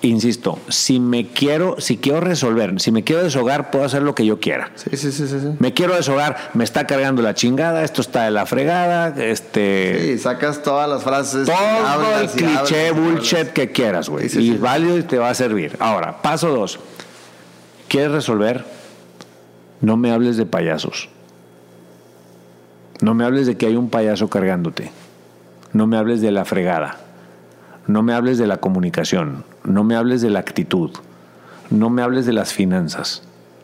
insisto, si quiero resolver, si me quiero deshogar, puedo hacer lo que yo quiera. Sí. Me quiero deshogar, me está cargando la chingada, esto está de la fregada, Sí, sacas todas las frases. Todo el cliché, bullshit que quieras, güey. Sí. Es válido y te va a servir. Ahora, paso 2. ¿Quieres resolver? No me hables de payasos. No me hables de que hay un payaso cargándote. No me hables de la fregada. No me hables de la comunicación. No me hables de la actitud. No me hables de las finanzas.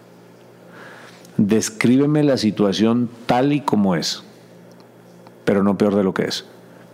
Descríbeme la situación tal y como es, pero no peor de lo que es.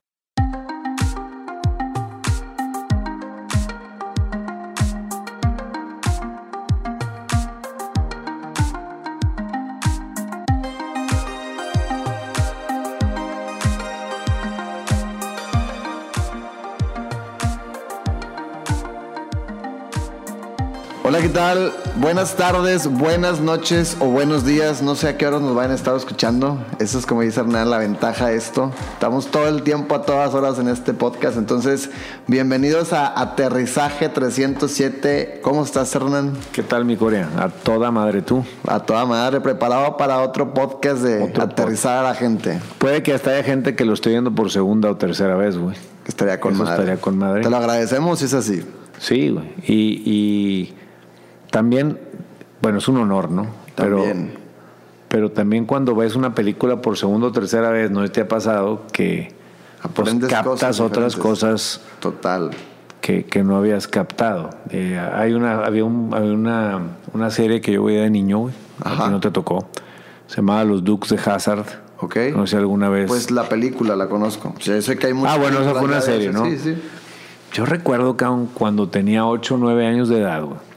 Hola, ¿qué tal? Buenas tardes, buenas noches o buenos días. No sé a qué horas nos van a estar escuchando. Eso es, como dice Hernán, la ventaja de esto. Estamos todo el tiempo, a todas horas en este podcast. Entonces, bienvenidos a Aterrizaje 307. ¿Cómo estás, Hernán? ¿Qué tal, mi Corea? A toda madre tú. A toda madre, preparado para otro podcast de aterrizar a la gente. Puede que hasta haya gente que lo esté viendo por segunda o tercera vez, güey. Estaría con madre. Estaría con madre. Te lo agradecemos si es así. Sí, güey. Y también, bueno, es un honor, ¿no? También. Pero también cuando ves una película por segunda o tercera vez, ¿no te ha pasado que aprendes captas otras cosas? Total. Que no habías captado. Había una serie que yo veía de niño, güey. A ti no te tocó. Se llamaba Los Dukes de Hazzard. Ok. No sé si alguna vez. Pues la película la conozco. O sea, sé que hay muchas. Bueno, esa fue una serie, ¿no? Sí. Yo recuerdo que cuando tenía 8 o 9 años de edad, güey,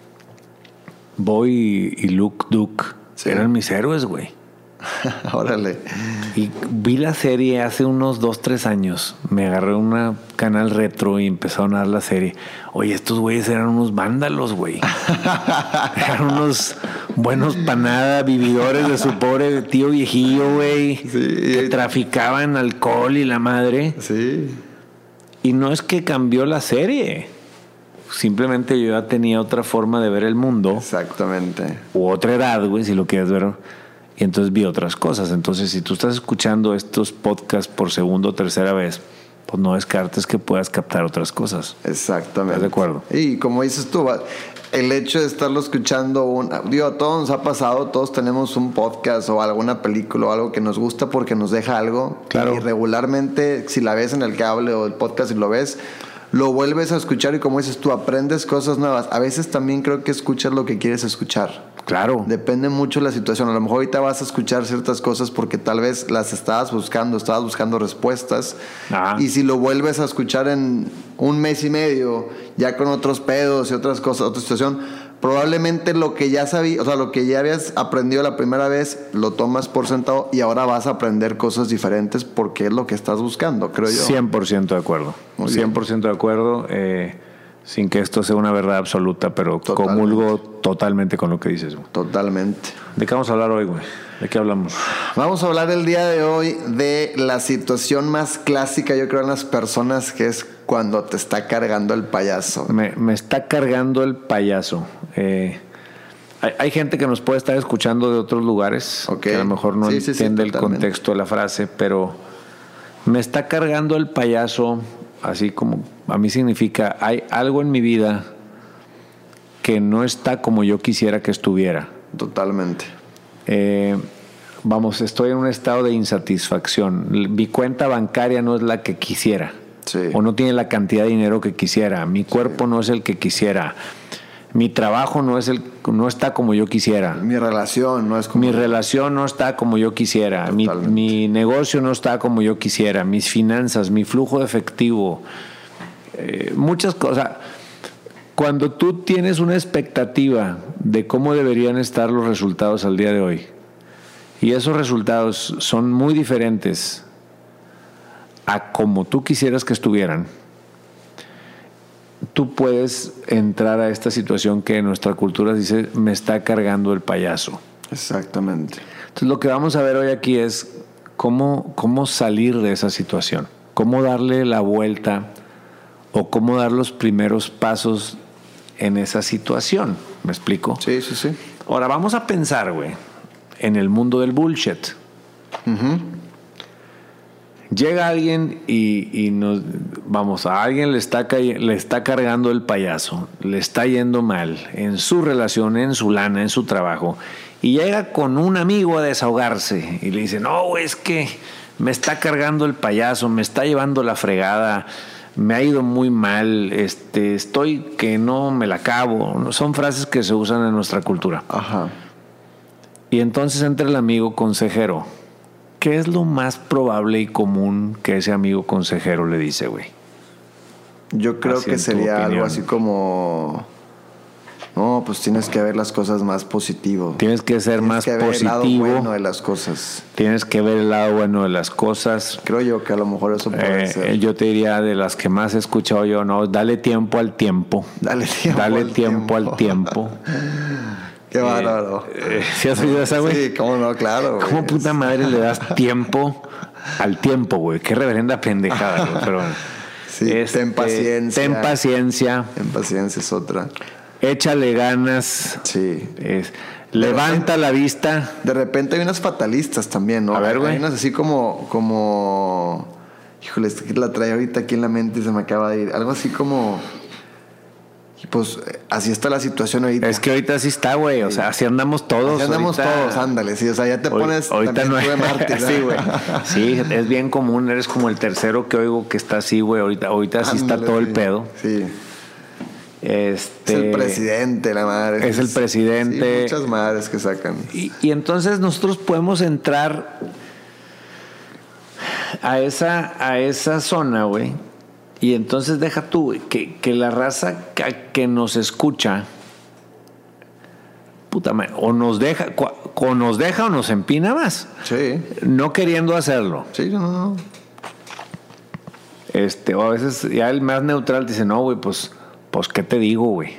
Boy y Luke Duke eran mis héroes, güey. Órale. Y vi la serie hace unos 2, 3 años. Me agarré un canal retro y empezaron a dar la serie. Oye, estos güeyes eran unos vándalos, güey. Eran unos buenos para nada, vividores de su pobre tío viejillo, güey. Sí. Que traficaban alcohol y la madre. Sí. Y no es que cambió la serie. Simplemente yo ya tenía otra forma de ver el mundo. Exactamente. U otra edad, güey, si lo quieres ver. Y entonces vi otras cosas. Entonces, si tú estás escuchando estos podcasts por segunda o tercera vez, pues no descartes que puedas captar otras cosas. Exactamente. ¿Estás de acuerdo? Y como dices tú, el hecho de estarlo escuchando, a todos nos ha pasado, todos tenemos un podcast o alguna película o algo que nos gusta porque nos deja algo. Claro. Y regularmente, si la ves en el cable o el podcast y lo ves, lo vuelves a escuchar y como dices tú, aprendes cosas nuevas. A veces también creo que escuchas lo que quieres escuchar. Claro. Depende mucho de la situación. A lo mejor ahorita vas a escuchar ciertas cosas porque tal vez las estabas buscando respuestas. Y si lo vuelves a escuchar en un mes y medio, ya con otros pedos y otras cosas, otra situación, probablemente lo que ya sabías, o sea, lo que ya habías aprendido la primera vez, lo tomas por sentado y ahora vas a aprender cosas diferentes porque es lo que estás buscando, creo yo. 100% de acuerdo. 100% de acuerdo. Sin que esto sea una verdad absoluta, pero Totalmente. comulgo totalmente con lo que dices, güey. Totalmente. ¿De qué vamos a hablar hoy, güey? ¿De qué hablamos? Vamos a hablar el día de hoy de la situación más clásica, yo creo, en las personas, que es cuando te está cargando el payaso. Me está cargando el payaso. Hay gente que nos puede estar escuchando de otros lugares, que a lo mejor no entiende el contexto de la frase, pero me está cargando el payaso, así como a mí significa, hay algo en mi vida que no está como yo quisiera que estuviera. Totalmente. Estoy en un estado de insatisfacción. Mi cuenta bancaria no es la que quisiera. Sí. O no tiene la cantidad de dinero que quisiera. Mi cuerpo no es el que quisiera. Mi trabajo no está como yo quisiera. Mi relación no es como... Mi relación no está como yo quisiera. Mi negocio no está como yo quisiera. Mis finanzas, mi flujo de efectivo. Muchas cosas. Cuando tú tienes una expectativa de cómo deberían estar los resultados al día de hoy, y esos resultados son muy diferentes a como tú quisieras que estuvieran, tú puedes entrar a esta situación que en nuestra cultura dice, me está cargando el payaso. Exactamente. Entonces lo que vamos a ver hoy aquí es cómo salir de esa situación, cómo darle la vuelta o cómo dar los primeros pasos en esa situación. ¿Me explico? Sí, sí, sí. Ahora vamos a pensar, güey, en el mundo del bullshit. Llega alguien y a alguien le está cargando el payaso, le está yendo mal en su relación, en su lana, en su trabajo, y llega con un amigo a desahogarse y le dice, no, es que me está cargando el payaso, me está llevando la fregada, me ha ido muy mal, estoy que no me la acabo. Son frases que se usan en nuestra cultura. Ajá. Y entonces entra el amigo consejero. ¿Qué es lo más probable y común que ese amigo consejero le dice, güey? Yo creo que sería algo así como... No, pues tienes que ver las cosas más positivo. Tienes que ser más positivo. Tienes que ver el lado bueno de las cosas. Tienes que ver el lado bueno de las cosas. Creo yo que a lo mejor eso puede ser. Yo te diría, de las que más he escuchado yo, no, dale tiempo al tiempo. Dale tiempo al tiempo. Qué bárbaro. ¿Sí has oído esa, güey? Sí, cómo no, claro. ¿Cómo puta madre le das tiempo al tiempo, güey? Qué reverenda pendejada, güey. Pero bueno. Sí, ten paciencia. Ten paciencia. Ten paciencia es otra. Échale ganas. Sí. Levanta la vista. De repente hay unas fatalistas también, ¿no? A ver, güey. Hay unas así como... Híjole, es que la traía ahorita aquí en la mente y se me acaba de ir. Algo así como... Pues así está la situación ahorita. Es que ahorita así está, güey. O sea, así andamos todos. Así andamos todos, ándale. Sí, o sea, ya te pones ahorita no de mártir. Sí, güey. Sí, es bien común. Eres como el tercero que oigo que está así, güey. Ahorita sí está todo el pedo. Sí. Es el presidente, la madre. Es el presidente. Sí, muchas madres que sacan. Y entonces nosotros podemos entrar a esa zona, güey. Y entonces deja tú, güey, que la raza que nos escucha, puta madre, o nos deja o nos empina más. Sí. No queriendo hacerlo. Sí, no. O a veces ya el más neutral dice, no, güey, pues ¿qué te digo, güey?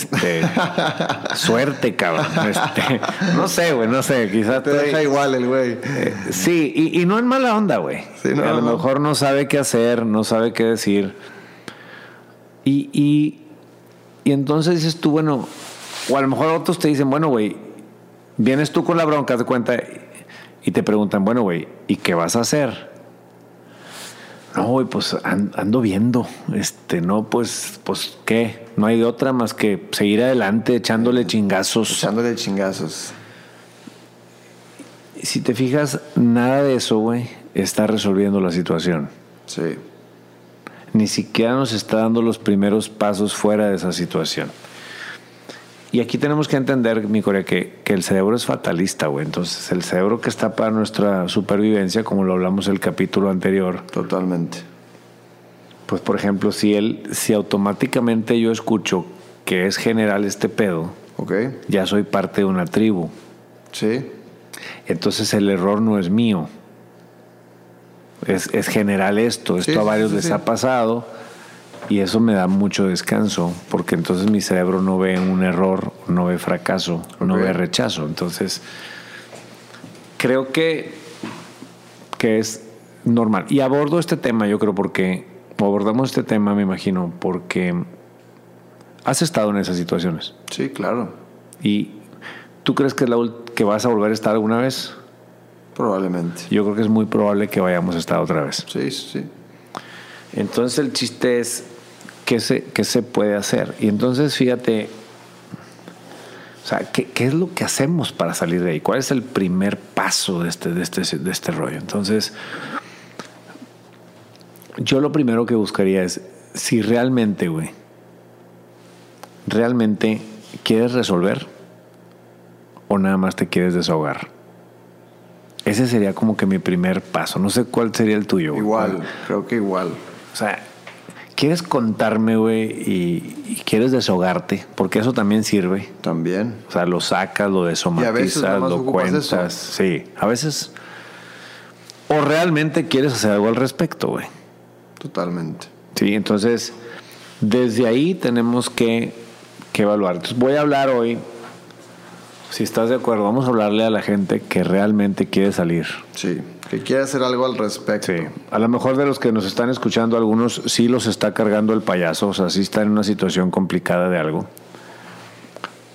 Suerte, cabrón. No sé, güey, no sé. Quizás te deja igual el güey. Sí, y no en mala onda, güey. Sí, no, a lo mejor no sabe qué hacer, no sabe qué decir. Y entonces dices tú, bueno, o a lo mejor otros te dicen, bueno, güey, vienes tú con la bronca, te cuenta, y te preguntan, bueno, güey, ¿y qué vas a hacer? No, güey, pues ando viendo. No, pues, ¿qué? No hay de otra más que seguir adelante echándole chingazos. Echándole chingazos. Si te fijas, nada de eso, güey, está resolviendo la situación. Sí. Ni siquiera nos está dando los primeros pasos fuera de esa situación. Y aquí tenemos que entender, mi Corea, que el cerebro es fatalista, güey. Entonces, el cerebro que está para nuestra supervivencia, como lo hablamos en el capítulo anterior. Totalmente. Pues, por ejemplo, si automáticamente yo escucho que es general este pedo, okay, ya soy parte de una tribu. Sí. Entonces, el error no es mío. Es general esto. Esto a varios les ha pasado. Y eso me da mucho descanso, porque entonces mi cerebro no ve un error, no ve fracaso, no ve rechazo. Entonces, creo que es normal. Y abordo este tema, yo creo, abordamos este tema, me imagino, porque has estado en esas situaciones. Sí, claro. ¿Y tú crees que que vas a volver a estar alguna vez? Probablemente. Yo creo que es muy probable que vayamos a estar otra vez. Sí. Entonces el chiste es ¿qué se puede hacer? Y entonces fíjate, o sea, ¿qué es lo que hacemos para salir de ahí? ¿Cuál es el primer paso de este rollo? Entonces, yo lo primero que buscaría es si realmente, güey, realmente quieres resolver o nada más te quieres desahogar. Ese sería como que mi primer paso. No sé cuál sería el tuyo. Igual, creo que igual. O sea, ¿quieres contarme, güey, y quieres desahogarte? Porque eso también sirve. También. O sea, lo sacas, lo desomatizas, lo cuentas. Eso. Sí, a veces. O realmente quieres hacer algo al respecto, güey. Totalmente. Sí, entonces, desde ahí tenemos que evaluar. Entonces, voy a hablar hoy, si estás de acuerdo, vamos a hablarle a la gente que realmente quiere salir. Sí, que quiere hacer algo al respecto. Sí, a lo mejor de los que nos están escuchando, algunos sí los está cargando el payaso, o sea, sí están en una situación complicada de algo.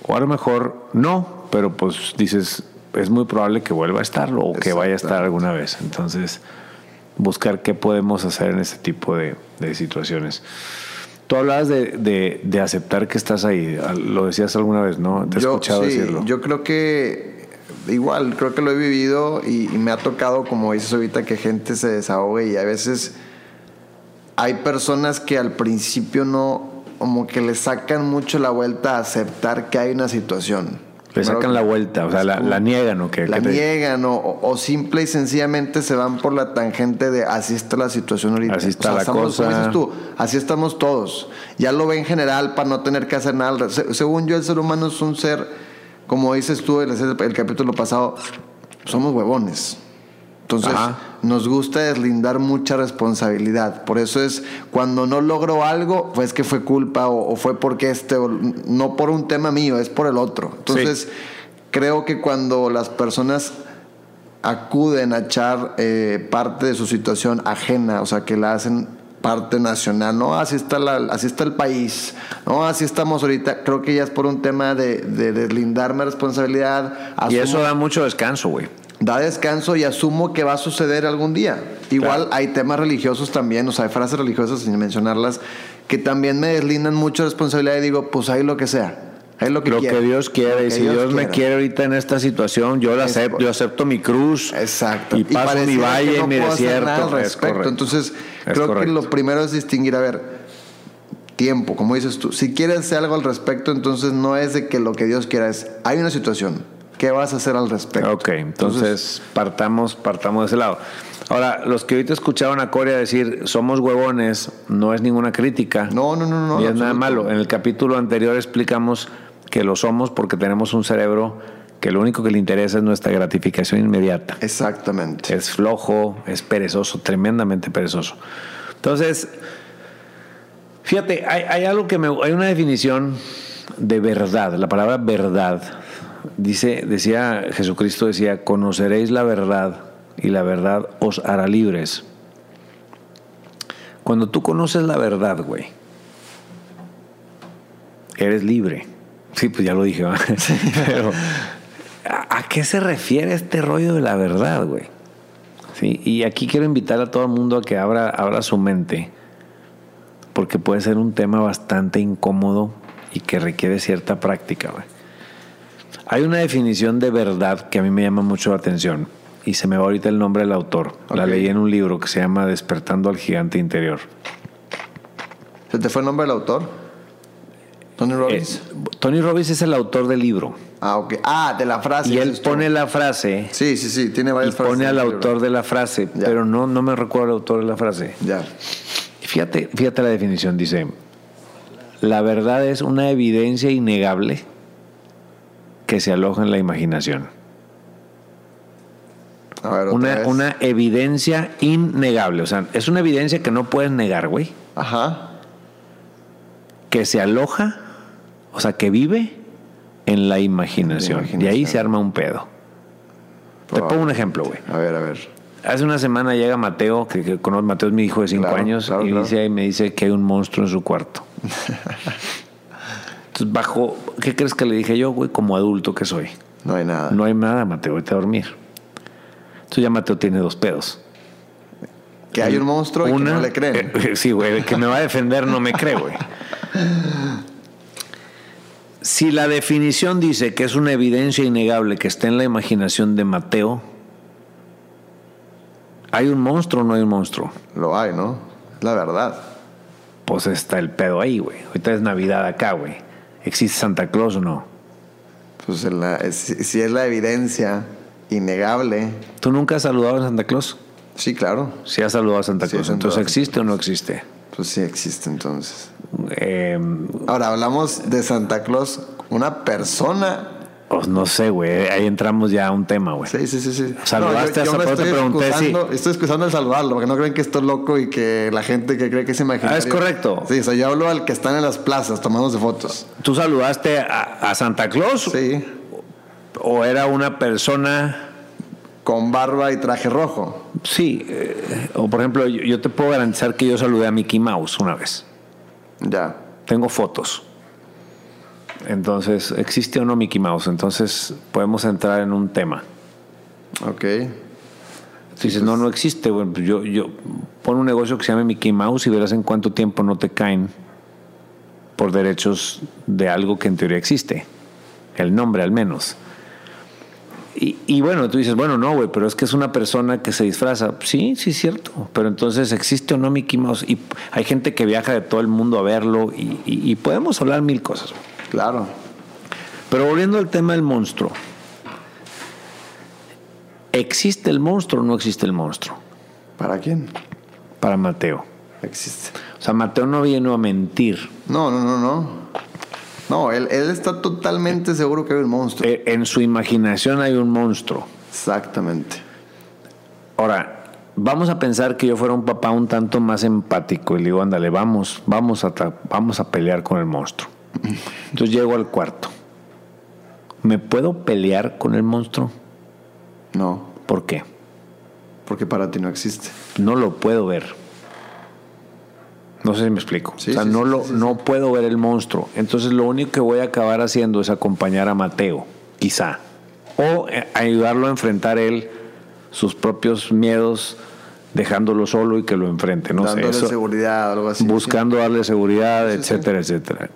O a lo mejor no, pero pues dices, es muy probable que vuelva a estarlo o que vaya a estar alguna vez. Entonces, buscar qué podemos hacer en ese tipo de situaciones. Tú hablabas de aceptar que estás ahí. Lo decías alguna vez, ¿no? Te he escuchado decirlo. Yo creo que igual, creo que lo he vivido y me ha tocado, como dices ahorita, que gente se desahogue y a veces hay personas que al principio no, como que le sacan mucho la vuelta a aceptar que hay una situación. Le sacan la vuelta, o sea, la niegan o qué. La niegan o simple y sencillamente se van por la tangente de así está la situación ahorita. Así está la cosa. Como dices tú, así estamos todos. Ya lo ve en general para no tener que hacer nada. Según yo, el ser humano es un ser, como dices tú el capítulo pasado, somos huevones. Entonces, nos gusta deslindar mucha responsabilidad. Por eso es, cuando no logro algo, pues que fue culpa o fue porque no por un tema mío, es por el otro. Entonces, creo que cuando las personas acuden a echar parte de su situación ajena, o sea, que la hacen parte nacional, no, así está el país, no, así estamos ahorita, creo que ya es por un tema de deslindarme responsabilidad. Y eso da mucho descanso, güey. Da descanso y asumo que va a suceder algún día. Igual hay temas religiosos también, o sea, hay frases religiosas, sin mencionarlas, que también me deslindan mucho responsabilidad y digo, pues ahí lo que sea. Ahí lo que Dios quiere. Y si Dios me quiere ahorita en esta situación, yo acepto mi cruz. Exacto. Y paso mi valle, mi desierto. Es correcto. Entonces, creo que lo primero es distinguir, a ver, tiempo, como dices tú. Si quieres hacer algo al respecto, entonces no es de que lo que Dios quiera, es, hay una situación. ¿Qué vas a hacer al respecto? Ok, entonces partamos de ese lado. Ahora, los que ahorita escucharon a Coria decir somos huevones, no es ninguna crítica. No. Ni es nada malo. En el capítulo anterior explicamos que lo somos porque tenemos un cerebro que lo único que le interesa es nuestra gratificación inmediata. Exactamente. Es flojo, es perezoso, tremendamente perezoso. Entonces, fíjate, hay algo hay una definición de verdad, la palabra verdad. Jesucristo decía, conoceréis la verdad y la verdad os hará libres. Cuando tú conoces la verdad, güey, eres libre. Sí, pues ya lo dije, ¿verdad? Pero ¿a qué se refiere este rollo de la verdad, güey? Sí, y aquí quiero invitar a todo el mundo a que abra su mente, porque puede ser un tema bastante incómodo y que requiere cierta práctica, güey. Hay una definición de verdad que a mí me llama mucho la atención y se me va ahorita el nombre del autor. Okay. La leí en un libro que se llama Despertando al Gigante Interior. ¿Se te fue el nombre del autor? ¿Tony Robbins? Tony Robbins es el autor del libro. Ah, ok. De la frase. Y él pone la frase. Sí. Tiene varias frases. Y pone al autor de la frase, ya. Pero no me recuerdo el autor de la frase. Ya. Fíjate la definición. Dice, la verdad es una evidencia innegable que se aloja en la imaginación. A ver, una evidencia innegable. O sea, es una evidencia que no puedes negar, güey. Ajá. Que se aloja, o sea, que vive en la imaginación. Y ahí se arma un pedo. Te pongo un ejemplo, güey. A ver. Hace una semana llega Mateo, que conozco, Mateo es mi hijo de 5 años, y me dice que hay un monstruo en su cuarto. Entonces ¿qué crees que le dije yo, güey, como adulto que soy? No hay nada. No hay nada, Mateo, vete a dormir. Entonces ya Mateo tiene 2 pedos. Que hay un monstruo y que no le creen. Sí, güey, el que me va a defender no me cree, güey. Si la definición dice que es una evidencia innegable que está en la imaginación de Mateo, ¿hay un monstruo o no hay un monstruo? Lo hay, ¿no? Es la verdad. Pues está el pedo ahí, güey. Ahorita es Navidad acá, güey. ¿Existe Santa Claus o no? Pues si es la evidencia innegable. ¿Tú nunca has saludado a Santa Claus? Sí, claro. Sí has saludado a Santa Claus. Entonces, ¿existe o no existe? Pues sí existe, entonces. Ahora, hablamos de Santa Claus, una persona. Pues no sé, güey. Ahí entramos ya a un tema, güey. Sí. Saludaste yo te pregunté si... Estoy excusando el saludarlo, porque no creen que estoy loco y que la gente que cree que es imaginario. Es correcto. Sí, o sea, yo hablo al que están en las plazas tomándose fotos. ¿Tú saludaste a Santa Claus? Sí. ¿O era una persona con barba y traje rojo? Sí. O por ejemplo, yo te puedo garantizar que yo saludé a Mickey Mouse una vez. Ya. Tengo fotos. Entonces, ¿existe o no Mickey Mouse? Entonces, podemos entrar en un tema. Ok. Si dices, no existe. Bueno, pues yo pon un negocio que se llame Mickey Mouse y verás en cuánto tiempo no te caen por derechos de algo que en teoría existe. El nombre, al menos. Y bueno, tú dices, bueno, no, güey, pero es que es una persona que se disfraza. Sí, es cierto. Pero entonces, ¿existe o no Mickey Mouse? Y hay gente que viaja de todo el mundo a verlo y podemos hablar mil cosas. Claro. Pero volviendo al tema del monstruo. ¿Existe el monstruo o no existe el monstruo? ¿Para quién? Para Mateo. Existe. O sea, Mateo no vino a mentir. No. No, él está totalmente seguro que hay un monstruo. En su imaginación hay un monstruo. Exactamente. Ahora, vamos a pensar que yo fuera un papá un tanto más empático y le digo, ándale, vamos a pelear con el monstruo. Entonces llego al cuarto. ¿Me puedo pelear con el monstruo? No. ¿Por qué? Porque para ti no existe. No lo puedo ver. No sé si me explico. Sí, no puedo ver el monstruo. Entonces lo único que voy a acabar haciendo es acompañar a Mateo, quizá. O ayudarlo a enfrentar él sus propios miedos, dejándolo solo y que lo enfrente. No dándole sé. Seguridad o algo así. Buscando darle seguridad, etcétera, etcétera.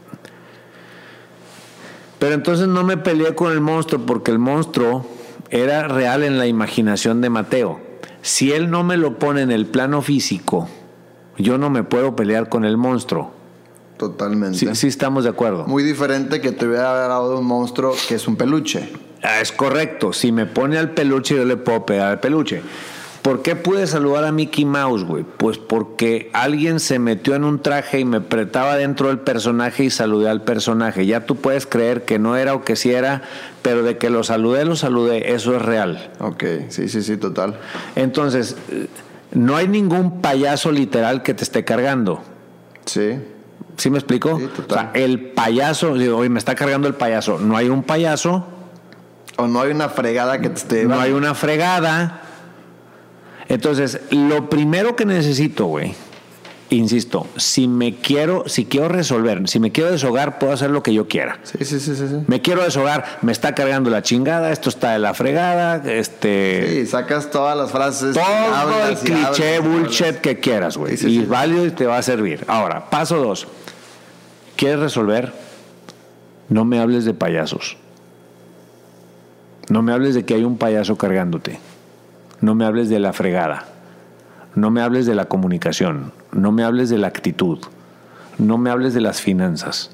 Pero entonces no me peleé con el monstruo porque el monstruo era real en la imaginación de Mateo. Si él no me lo pone en el plano físico, yo no me puedo pelear con el monstruo. Totalmente. Sí estamos de acuerdo. Muy diferente que te hubiera dado un monstruo que es un peluche. Es correcto. Si me pone al peluche, yo le puedo pegar al peluche. ¿Por qué pude saludar a Mickey Mouse, güey? Pues porque alguien se metió en un traje y me apretaba dentro del personaje y saludé al personaje. Ya tú puedes creer que no era o que sí era, pero de que lo saludé. Eso es real. Ok, sí, total. Entonces, no hay ningún payaso literal que te esté cargando. Sí. ¿Sí me explico? Sí, total. O sea, el payaso, digo, oye, me está cargando el payaso. No hay un payaso. O no hay una fregada que te esté... No hay una fregada. Entonces, lo primero que necesito, güey, insisto, si quiero resolver, si me quiero deshogar, puedo hacer lo que yo quiera. Sí. Me quiero deshogar, me está cargando la chingada, esto está de la fregada, Sí, sacas todas las frases. Todo el cliché, bullshit que quieras, güey. Sí. Es válido y te va a servir. Ahora, paso 2. ¿Quieres resolver? No me hables de payasos. No me hables de que hay un payaso cargándote. No me hables de la fregada. No me hables de la comunicación. No me hables de la actitud. No me hables de las finanzas.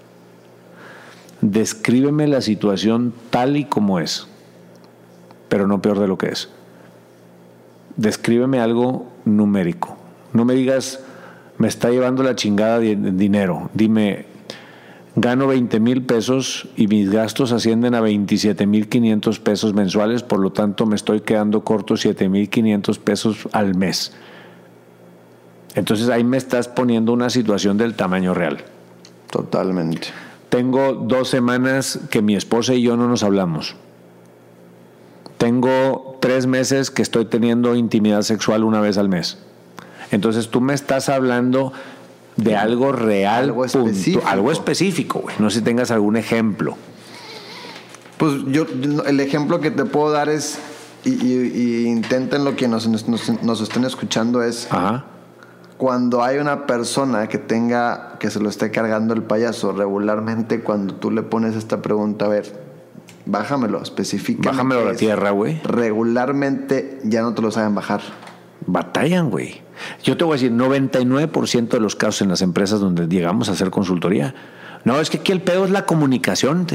Descríbeme la situación tal y como es, pero no peor de lo que es. Descríbeme algo numérico. No me digas, me está llevando la chingada de dinero. Dime, gano 20,000 pesos y mis gastos ascienden a 27,500 pesos mensuales, por lo tanto me estoy quedando corto 7,500 pesos al mes. Entonces ahí me estás poniendo una situación del tamaño real. Totalmente. Tengo 2 semanas que mi esposa y yo no nos hablamos. Tengo 3 meses que estoy teniendo intimidad sexual una vez al mes. Entonces tú me estás hablando de algo real, algo específico, güey. No sé si tengas algún ejemplo. Pues el ejemplo que te puedo dar es, y intenten lo que nos estén escuchando es, ajá, cuando hay una persona que se lo esté cargando el payaso, regularmente cuando tú le pones esta pregunta, a ver, bájamelo, específicamente. Bájamelo a la tierra, güey. Regularmente ya no te lo saben bajar. Batallan, güey. Yo te voy a decir, 99% de los casos en las empresas donde llegamos a hacer consultoría, no, es que aquí el pedo es la comunicación.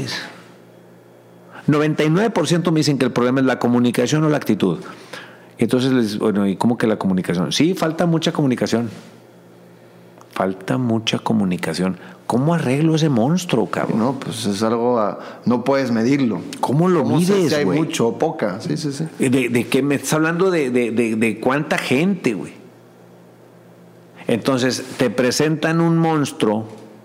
99% me dicen que el problema es la comunicación o la actitud. Entonces, bueno, ¿y cómo que la comunicación? Sí, falta mucha comunicación. Falta mucha comunicación. ¿Cómo arreglo ese monstruo, cabrón? No, pues es algo... no puedes medirlo. ¿Cómo lo mides, si hay güey? Mucho o poca. Sí. ¿De qué me estás hablando? De cuánta gente, güey. Entonces, te presentan un monstruo...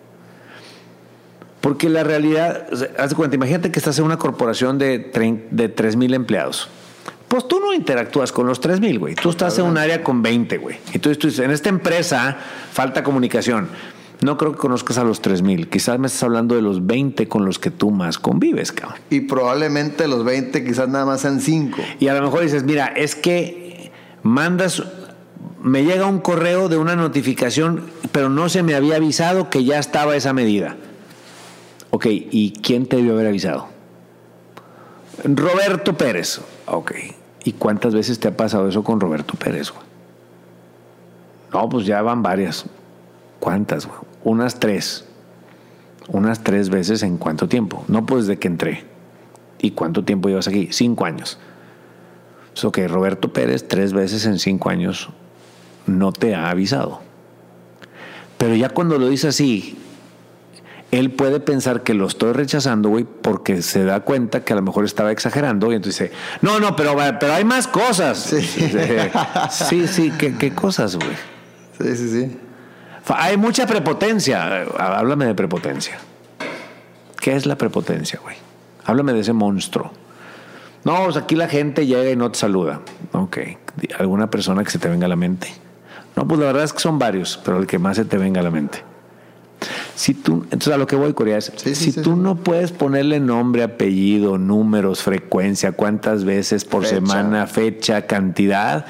Porque la realidad... Haz de cuenta, imagínate que estás en una corporación de 3,000 empleados. Pues tú no interactúas con los 3,000, güey. Tú estás en un área con 20, güey. Entonces tú dices, en esta empresa falta comunicación. No creo que conozcas a los 3,000. Quizás me estás hablando de los 20 con los que tú más convives, cabrón. Y probablemente los 20 quizás nada más sean 5. Y a lo mejor dices, mira, es que me llega un correo de una notificación, pero no se me había avisado que ya estaba esa medida. Ok, ¿y quién te debió haber avisado? Roberto Pérez. Ok, ¿y cuántas veces te ha pasado eso con Roberto Pérez, güey? No, pues ya van varias. ¿Cuántas, güey? Unas 3 veces. ¿En cuánto tiempo? No, pues desde que entré. ¿Y cuánto tiempo llevas aquí? 5 años. So que Roberto Pérez 3 veces en 5 años no te ha avisado. Pero ya cuando lo dice así, él puede pensar que lo estoy rechazando, güey, porque se da cuenta que a lo mejor estaba exagerando y entonces dice, no, pero hay más cosas. Sí, ¿qué cosas, güey? Sí. Hay mucha prepotencia. Háblame de prepotencia. ¿Qué es la prepotencia, güey? Háblame de ese monstruo. No, pues aquí la gente llega y no te saluda. Ok. ¿Alguna persona que se te venga a la mente? No, pues la verdad es que son varios, pero el que más se te venga a la mente. Entonces a lo que voy, Corea, es tú no puedes ponerle nombre, apellido, números, frecuencia, cuántas veces por semana, fecha, cantidad,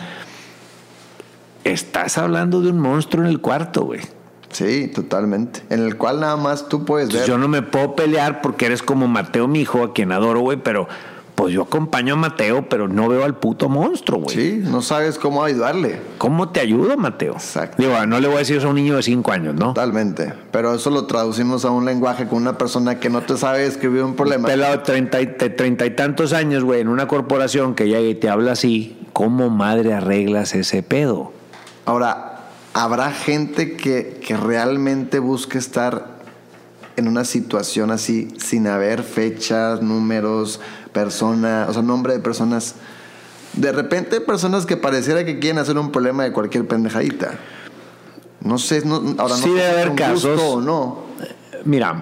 estás hablando de un monstruo en el cuarto, güey. Sí, totalmente. En el cual nada más tú puedes ver. Yo no me puedo pelear porque eres como Mateo, mi hijo, a quien adoro, güey, pero pues yo acompaño a Mateo, pero no veo al puto monstruo, güey. Sí, no sabes cómo ayudarle. ¿Cómo te ayudo, Mateo? Exacto. Digo, no le voy a decir eso a un niño de 5 años, ¿no? Totalmente. Pero eso lo traducimos a un lenguaje con una persona que no te sabe escribir un problema. Pelado de 30 y tantos años, güey, en una corporación que llega y te habla así, ¿cómo madre arreglas ese pedo? Ahora, ¿habrá gente que realmente busque estar en una situación así sin haber fechas, números, personas, o sea, nombre de personas? De repente personas que pareciera que quieren hacer un problema de cualquier pendejadita. No sé, ahora sí no sé debe si haber es un casos gusto o no. Mira,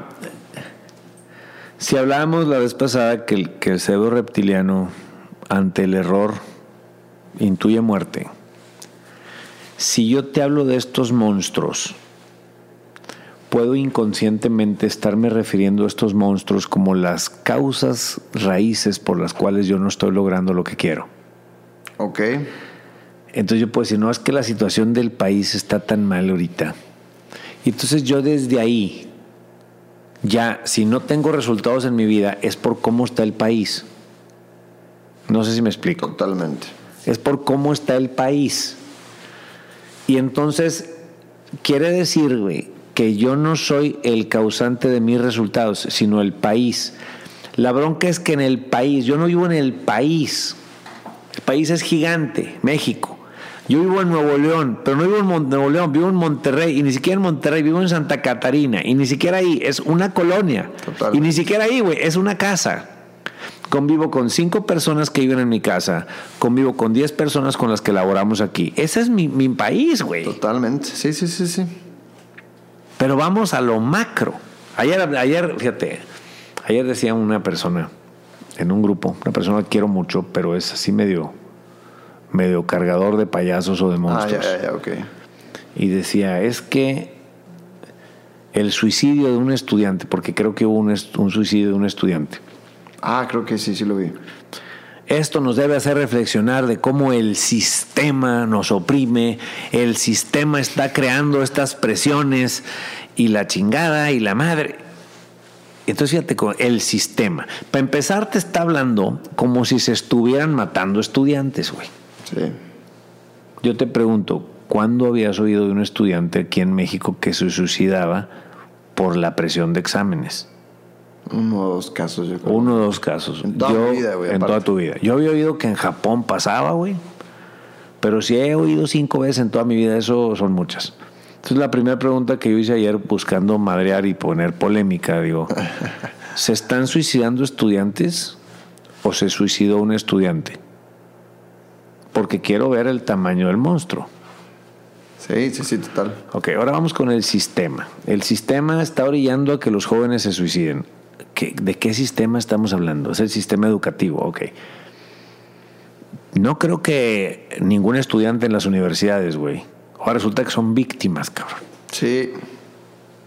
si hablábamos la vez pasada que el cerebro reptiliano ante el error intuye muerte. Si yo te hablo de estos monstruos, puedo inconscientemente estarme refiriendo a estos monstruos como las causas raíces por las cuales yo no estoy logrando lo que quiero. Ok. Entonces yo puedo decir, no, es que la situación del país está tan mal ahorita. Y entonces yo desde ahí, ya, si no tengo resultados en mi vida, es por cómo está el país. No sé si me explico. Totalmente. Es por cómo está el país. Y entonces, quiere decir, güey, que yo no soy el causante de mis resultados, sino el país. La bronca es que en el país, yo no vivo en el país. El país es gigante, México. Yo vivo en Nuevo León, pero no vivo en Nuevo León, vivo en Monterrey, y ni siquiera en Monterrey, vivo en Santa Catarina, y ni siquiera ahí, es una colonia. Totalmente. Y ni siquiera ahí, güey, es una casa. Convivo con 5 personas que viven en mi casa, convivo con 10 personas con las que laboramos aquí. Ese es mi país, güey. Totalmente, sí. Pero vamos a lo macro. Ayer, fíjate, ayer decía una persona en un grupo, una persona que quiero mucho, pero es así medio cargador de payasos o de monstruos. Ok. Y decía, es que el suicidio de un estudiante, porque creo que hubo un suicidio de un estudiante. Creo que sí lo vi. Esto nos debe hacer reflexionar de cómo el sistema nos oprime, el sistema está creando estas presiones y la chingada y la madre. Entonces fíjate, con el sistema. Para empezar te está hablando como si se estuvieran matando estudiantes, güey. Sí. Yo te pregunto, ¿cuándo habías oído de un estudiante aquí en México que se suicidaba por la presión de exámenes? 1 o 2 casos, yo creo. 1 o 2 casos. En toda mi vida, güey. En toda tu vida. Yo había oído que en Japón pasaba, güey. Pero si he oído 5 veces en toda mi vida, eso son muchas. Entonces la primera pregunta que yo hice ayer buscando madrear y poner polémica, digo, ¿se están suicidando estudiantes o se suicidó un estudiante? Porque quiero ver el tamaño del monstruo. Sí, total. Ok, ahora vamos con el sistema. El sistema está orillando a que los jóvenes se suiciden. ¿De qué sistema estamos hablando? Es el sistema educativo, ok. No creo que ningún estudiante en las universidades, güey. Ahora resulta que son víctimas, cabrón. Sí.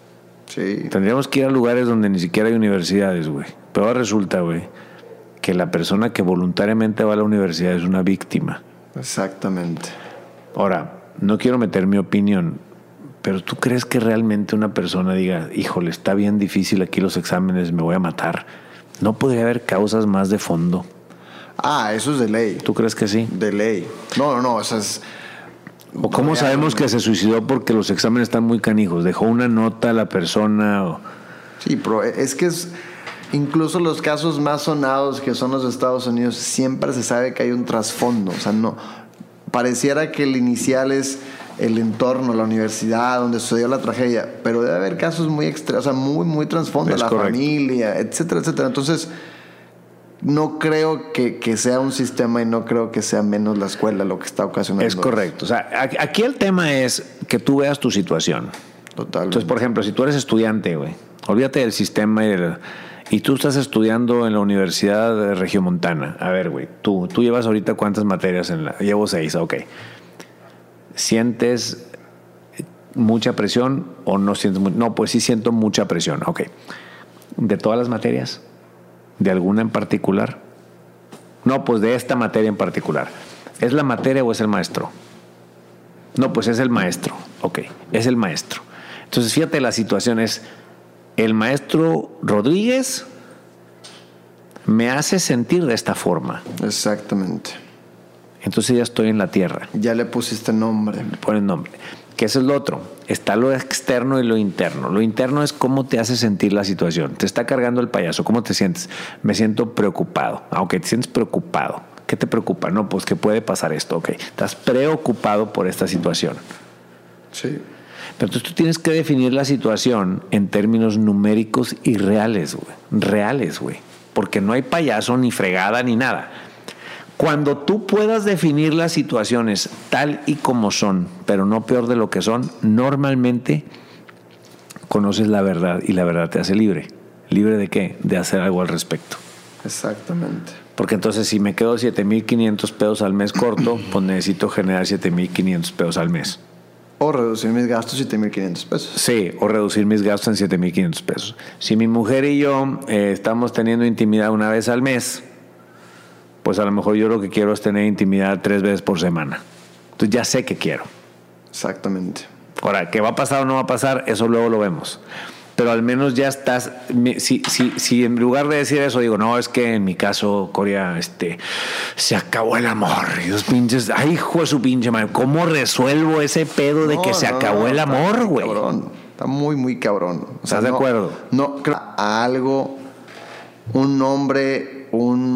Sí. Tendríamos que ir a lugares donde ni siquiera hay universidades, güey. Pero ahora resulta, güey, que la persona que voluntariamente va a la universidad es una víctima. Exactamente. Ahora, no quiero meter mi opinión, pero ¿tú crees que realmente una persona diga, híjole, está bien difícil aquí los exámenes, me voy a matar? ¿No podría haber causas más de fondo? Eso es de ley. ¿Tú crees que sí? De ley. No, eso es... ¿O cómo sabemos que se suicidó porque los exámenes están muy canijos? ¿Dejó una nota a la persona? O... Sí, pero es que es... Incluso los casos más sonados, que son los de Estados Unidos, siempre se sabe que hay un trasfondo. O sea, no... Pareciera que el inicial es el entorno, la universidad, donde sucedió la tragedia, pero debe haber casos muy extremos, o sea, muy trasfondo, la familia, etcétera, etcétera. Entonces... No creo que sea un sistema y no creo que sea menos la escuela lo que está ocasionando. Es correcto. O sea, aquí el tema es que tú veas tu situación. Totalmente. Entonces, por ejemplo, si tú eres estudiante, güey, olvídate del sistema y tú estás estudiando en la Universidad de Regiomontana. A ver, güey, tú llevas ahorita ¿cuántas materias? Llevo 6, ok. ¿Sientes mucha presión o no sientes mucha? No, pues sí siento mucha presión, ok. ¿De todas las materias? ¿De alguna en particular? No, pues de esta materia en particular. ¿Es la materia o es el maestro? No, pues es el maestro. Ok, es el maestro. Entonces, fíjate, la situación es, el maestro Rodríguez me hace sentir de esta forma. Exactamente. Entonces ya estoy en la tierra. Ya le pusiste nombre. Le pones nombre. ¿Qué es lo otro? Está lo externo y lo interno. Lo interno es cómo te hace sentir la situación. Te está cargando el payaso. ¿Cómo te sientes? Me siento preocupado. Aunque te sientes preocupado. ¿Qué te preocupa? No, pues que puede pasar esto. Ok. Estás preocupado por esta situación. Sí. Pero entonces tú tienes que definir la situación en términos numéricos y reales, güey. Reales, güey. Porque no hay payaso, ni fregada, ni nada. Cuando tú puedas definir las situaciones tal y como son, pero no peor de lo que son, normalmente conoces la verdad y la verdad te hace libre. ¿Libre de qué? De hacer algo al respecto. Exactamente. Porque entonces si me quedo 7,500 pesos al mes corto, pues necesito generar 7,500 pesos al mes. O reducir mis gastos 7,500 pesos. Sí, o reducir mis gastos en 7,500 pesos. Si mi mujer y yo estamos teniendo intimidad una vez al mes, pues a lo mejor yo lo que quiero es tener intimidad 3 veces por semana. Entonces ya sé que quiero. Exactamente. Ahora, ¿qué va a pasar o no va a pasar? Eso luego lo vemos. Pero al menos ya estás... Si en lugar de decir eso digo, no, es que en mi caso, Coria, se acabó el amor. Y los pinches... Ay, hijo de su pinche madre. ¿Cómo resuelvo ese pedo de que se acabó el amor, güey? Cabrón. Está muy cabrón. O sea, ¿estás de acuerdo? No, creo a algo, un nombre,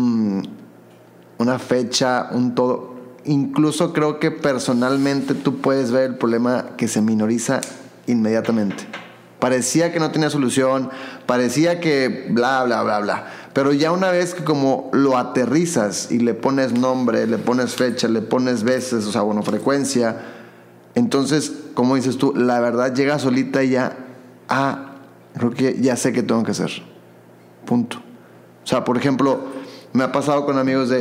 una fecha, un todo. Incluso creo que personalmente tú puedes ver el problema que se minoriza inmediatamente. Parecía que no tenía solución, parecía que bla, bla, bla, bla. Pero ya una vez que como lo aterrizas y le pones nombre, le pones fecha, le pones veces, o sea, bueno, frecuencia, entonces, como dices tú, la verdad llega solita y ya, creo que ya sé qué tengo que hacer. Punto. O sea, por ejemplo, me ha pasado con amigos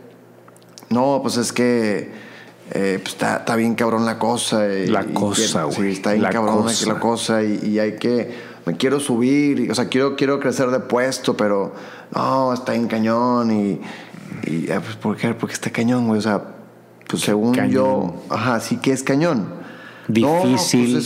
no, pues es que pues está bien cabrón la cosa. La cosa, güey. Sí, está bien cabrón la cosa y hay que... Me quiero subir, o sea, quiero crecer de puesto, pero no, está bien cañón y pues, ¿por qué? Porque está cañón, güey. O sea, pues según cañón. Yo, sí que es cañón. Difícil. No, pues es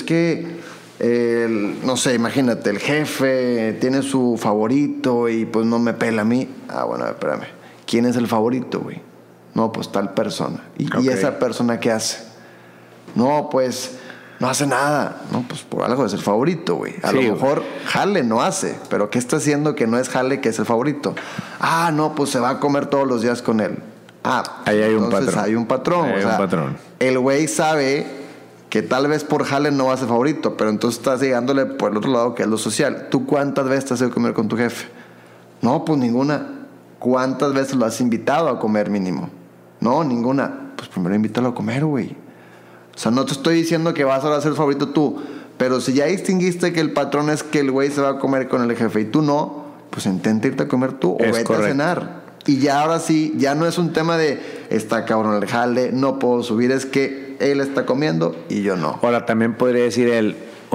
que... no sé, imagínate, el jefe tiene su favorito y pues no me pela a mí. Bueno, espérame. ¿Quién es el favorito, güey? No, pues tal persona. ¿Y esa persona qué hace? No, pues no hace nada. No, pues por algo es el favorito, güey. A lo mejor jale no hace, pero ¿qué está haciendo que no es jale, que es el favorito? No, pues se va a comer todos los días con él. Ahí hay un patrón. Hay un patrón. Hay un patrón. El güey sabe que tal vez por jale no va a ser favorito, pero entonces estás llegándole por el otro lado, que es lo social. ¿Tú cuántas veces te has ido a comer con tu jefe? No, pues ninguna. ¿Cuántas veces lo has invitado a comer mínimo? No, ninguna. Pues primero invítalo a comer, güey. O sea, no te estoy diciendo que vas ahora a ser el favorito tú, pero si ya distinguiste que el patrón es que el güey se va a comer con el jefe y tú no, pues intenta irte a comer tú o vete a cenar. Y ya ahora sí, ya no es un tema de está cabrón el jale, no puedo subir, es que él está comiendo y yo no. Ahora también podría decir él,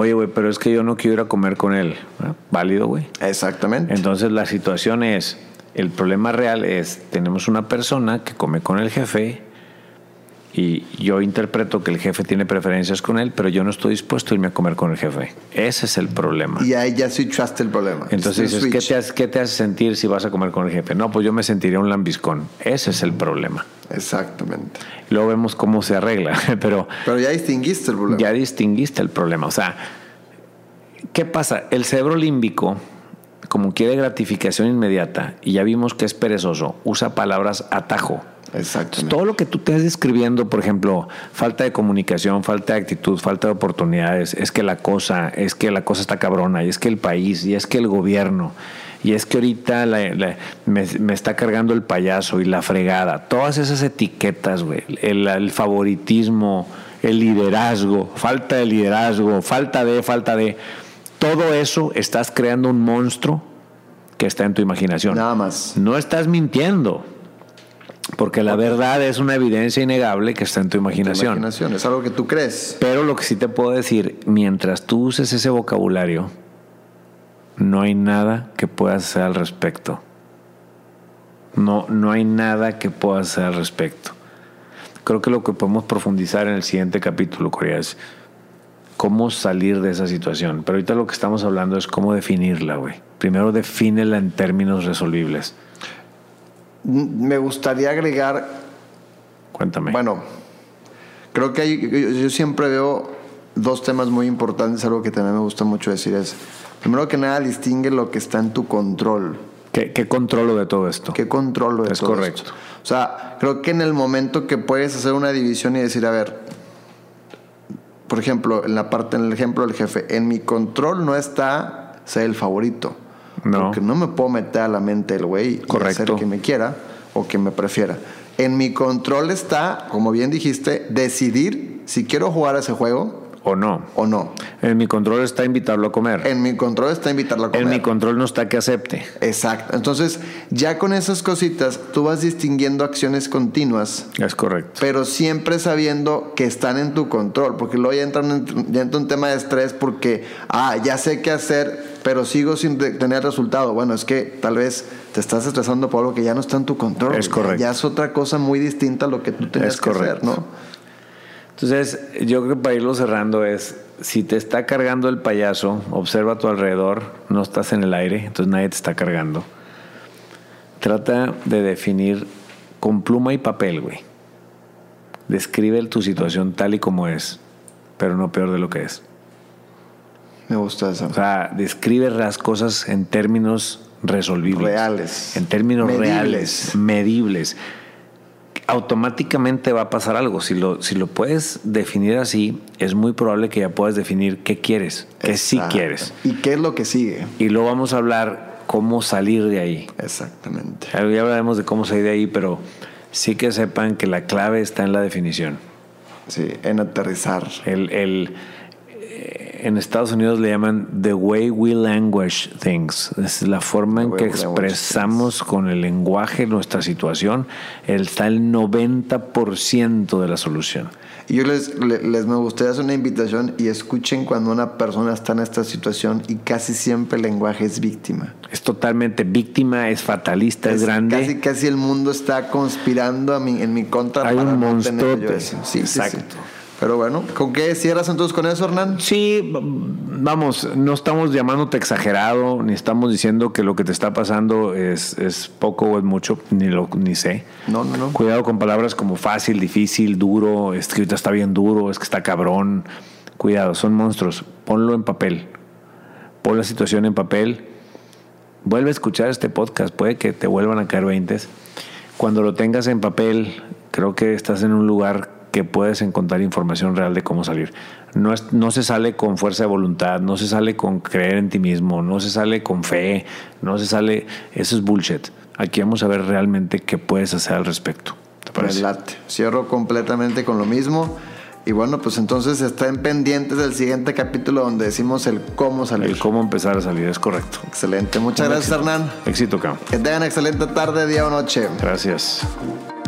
Oye, güey, pero es que yo no quiero ir a comer con él. Válido, güey. Exactamente. Entonces la situación es, el problema real es, tenemos una persona que come con el jefe y yo interpreto que el jefe tiene preferencias con él, pero yo no estoy dispuesto a irme a comer con el jefe. Ese es el problema. Y ahí ya switchaste el problema. Entonces dices, ¿qué te hace sentir si vas a comer con el jefe? No, pues yo me sentiría un lambiscón. Ese es el problema. Exactamente. Luego vemos cómo se arregla, pero ya distinguiste el problema. Ya distinguiste el problema. O sea, ¿qué pasa? El cerebro límbico, como quiere gratificación inmediata, y ya vimos que es perezoso, usa palabras atajo. Exacto. Todo lo que tú estés describiendo, por ejemplo, falta de comunicación, falta de actitud, falta de oportunidades, es que la cosa está cabrona, y es que el país, y es que el gobierno, y es que ahorita me está cargando el payaso y la fregada. Todas esas etiquetas, güey, el favoritismo, el liderazgo, falta de liderazgo, falta de... Todo eso estás creando un monstruo que está en tu imaginación. Nada más. No estás mintiendo. Porque la verdad es una evidencia innegable que está en tu imaginación. Es algo que tú crees. Pero lo que sí te puedo decir, mientras tú uses ese vocabulario, no hay nada que puedas hacer al respecto. No hay nada que puedas hacer al respecto. Creo que lo que podemos profundizar en el siguiente capítulo, Corea, es cómo salir de esa situación. Pero ahorita lo que estamos hablando es cómo definirla, güey. Primero defínela en términos resolvibles. Me gustaría agregar... Cuéntame. Bueno, creo que yo siempre veo dos temas muy importantes. Algo que también me gusta mucho decir es, primero que nada, distingue lo que está en tu control. ¿Qué controlo de todo esto? ¿Qué controlo de todo esto? Es correcto. O sea, creo que en el momento que puedes hacer una división y decir, a ver, por ejemplo, en el ejemplo del jefe, en mi control no está ser el favorito. No. Porque no me puedo meter a la mente del güey y hacer que me quiera o que me prefiera. En mi control está, como bien dijiste, decidir si quiero jugar a ese juego o no. En mi control está invitarlo a comer. En mi control está invitarlo a comer. En mi control no está que acepte. Exacto. Entonces, ya con esas cositas, tú vas distinguiendo acciones continuas. Es correcto. Pero siempre sabiendo que están en tu control. Porque luego ya entra un tema de estrés porque, ya sé qué hacer, pero sigo sin tener resultado. Bueno, es que tal vez te estás estresando por algo que ya no está en tu control. Es correcto. Ya es otra cosa muy distinta a lo que tú tenías que hacer, ¿no? Entonces, yo creo que para irlo cerrando es, si te está cargando el payaso, observa a tu alrededor, no estás en el aire, entonces nadie te está cargando. Trata de definir con pluma y papel, güey. Describe tu situación tal y como es, pero no peor de lo que es. Me gusta eso. O sea, describe las cosas en términos resolvibles. Reales. En términos reales, medibles. Automáticamente va a pasar algo. Si lo puedes definir así, es muy probable que ya puedas definir qué quieres, qué sí quieres. Y qué es lo que sigue. Y luego vamos a hablar cómo salir de ahí. Exactamente. Ya hablaremos de cómo salir de ahí, pero sí que sepan que la clave está en la definición. Sí, en aterrizar. En Estados Unidos le llaman the way we language things. Es la forma en que expresamos con el lenguaje nuestra situación. Está el 90% de la solución. Y yo me gustaría hacer una invitación y escuchen cuando una persona está en esta situación y casi siempre el lenguaje es víctima. Es totalmente víctima, es fatalista, es grande. Casi el mundo está conspirando en mi contra. Hay un monstruo. Sí, exacto. Sí. Pero bueno, ¿con qué cierras entonces con eso, Hernán? Sí, vamos, no estamos llamándote exagerado, ni estamos diciendo que lo que te está pasando es poco o es mucho, ni sé. No. Cuidado con palabras como fácil, difícil, duro, es que ahorita está bien duro, es que está cabrón. Cuidado, son monstruos. Ponlo en papel. Pon la situación en papel. Vuelve a escuchar este podcast, puede que te vuelvan a caer 20. Cuando lo tengas en papel, creo que estás en un lugar que puedes encontrar información real de cómo salir. No se sale con fuerza de voluntad, no se sale con creer en ti mismo, no se sale con fe, eso es bullshit. Aquí vamos a ver realmente qué puedes hacer al respecto. ¿Te parece? Me late. Cierro completamente con lo mismo. Y bueno, pues entonces estén pendientes del siguiente capítulo donde decimos el cómo salir. El cómo empezar a salir, es correcto. Excelente. Muchas gracias, Hernán. Éxito, Cam. Que tengan excelente tarde, día o noche. Gracias.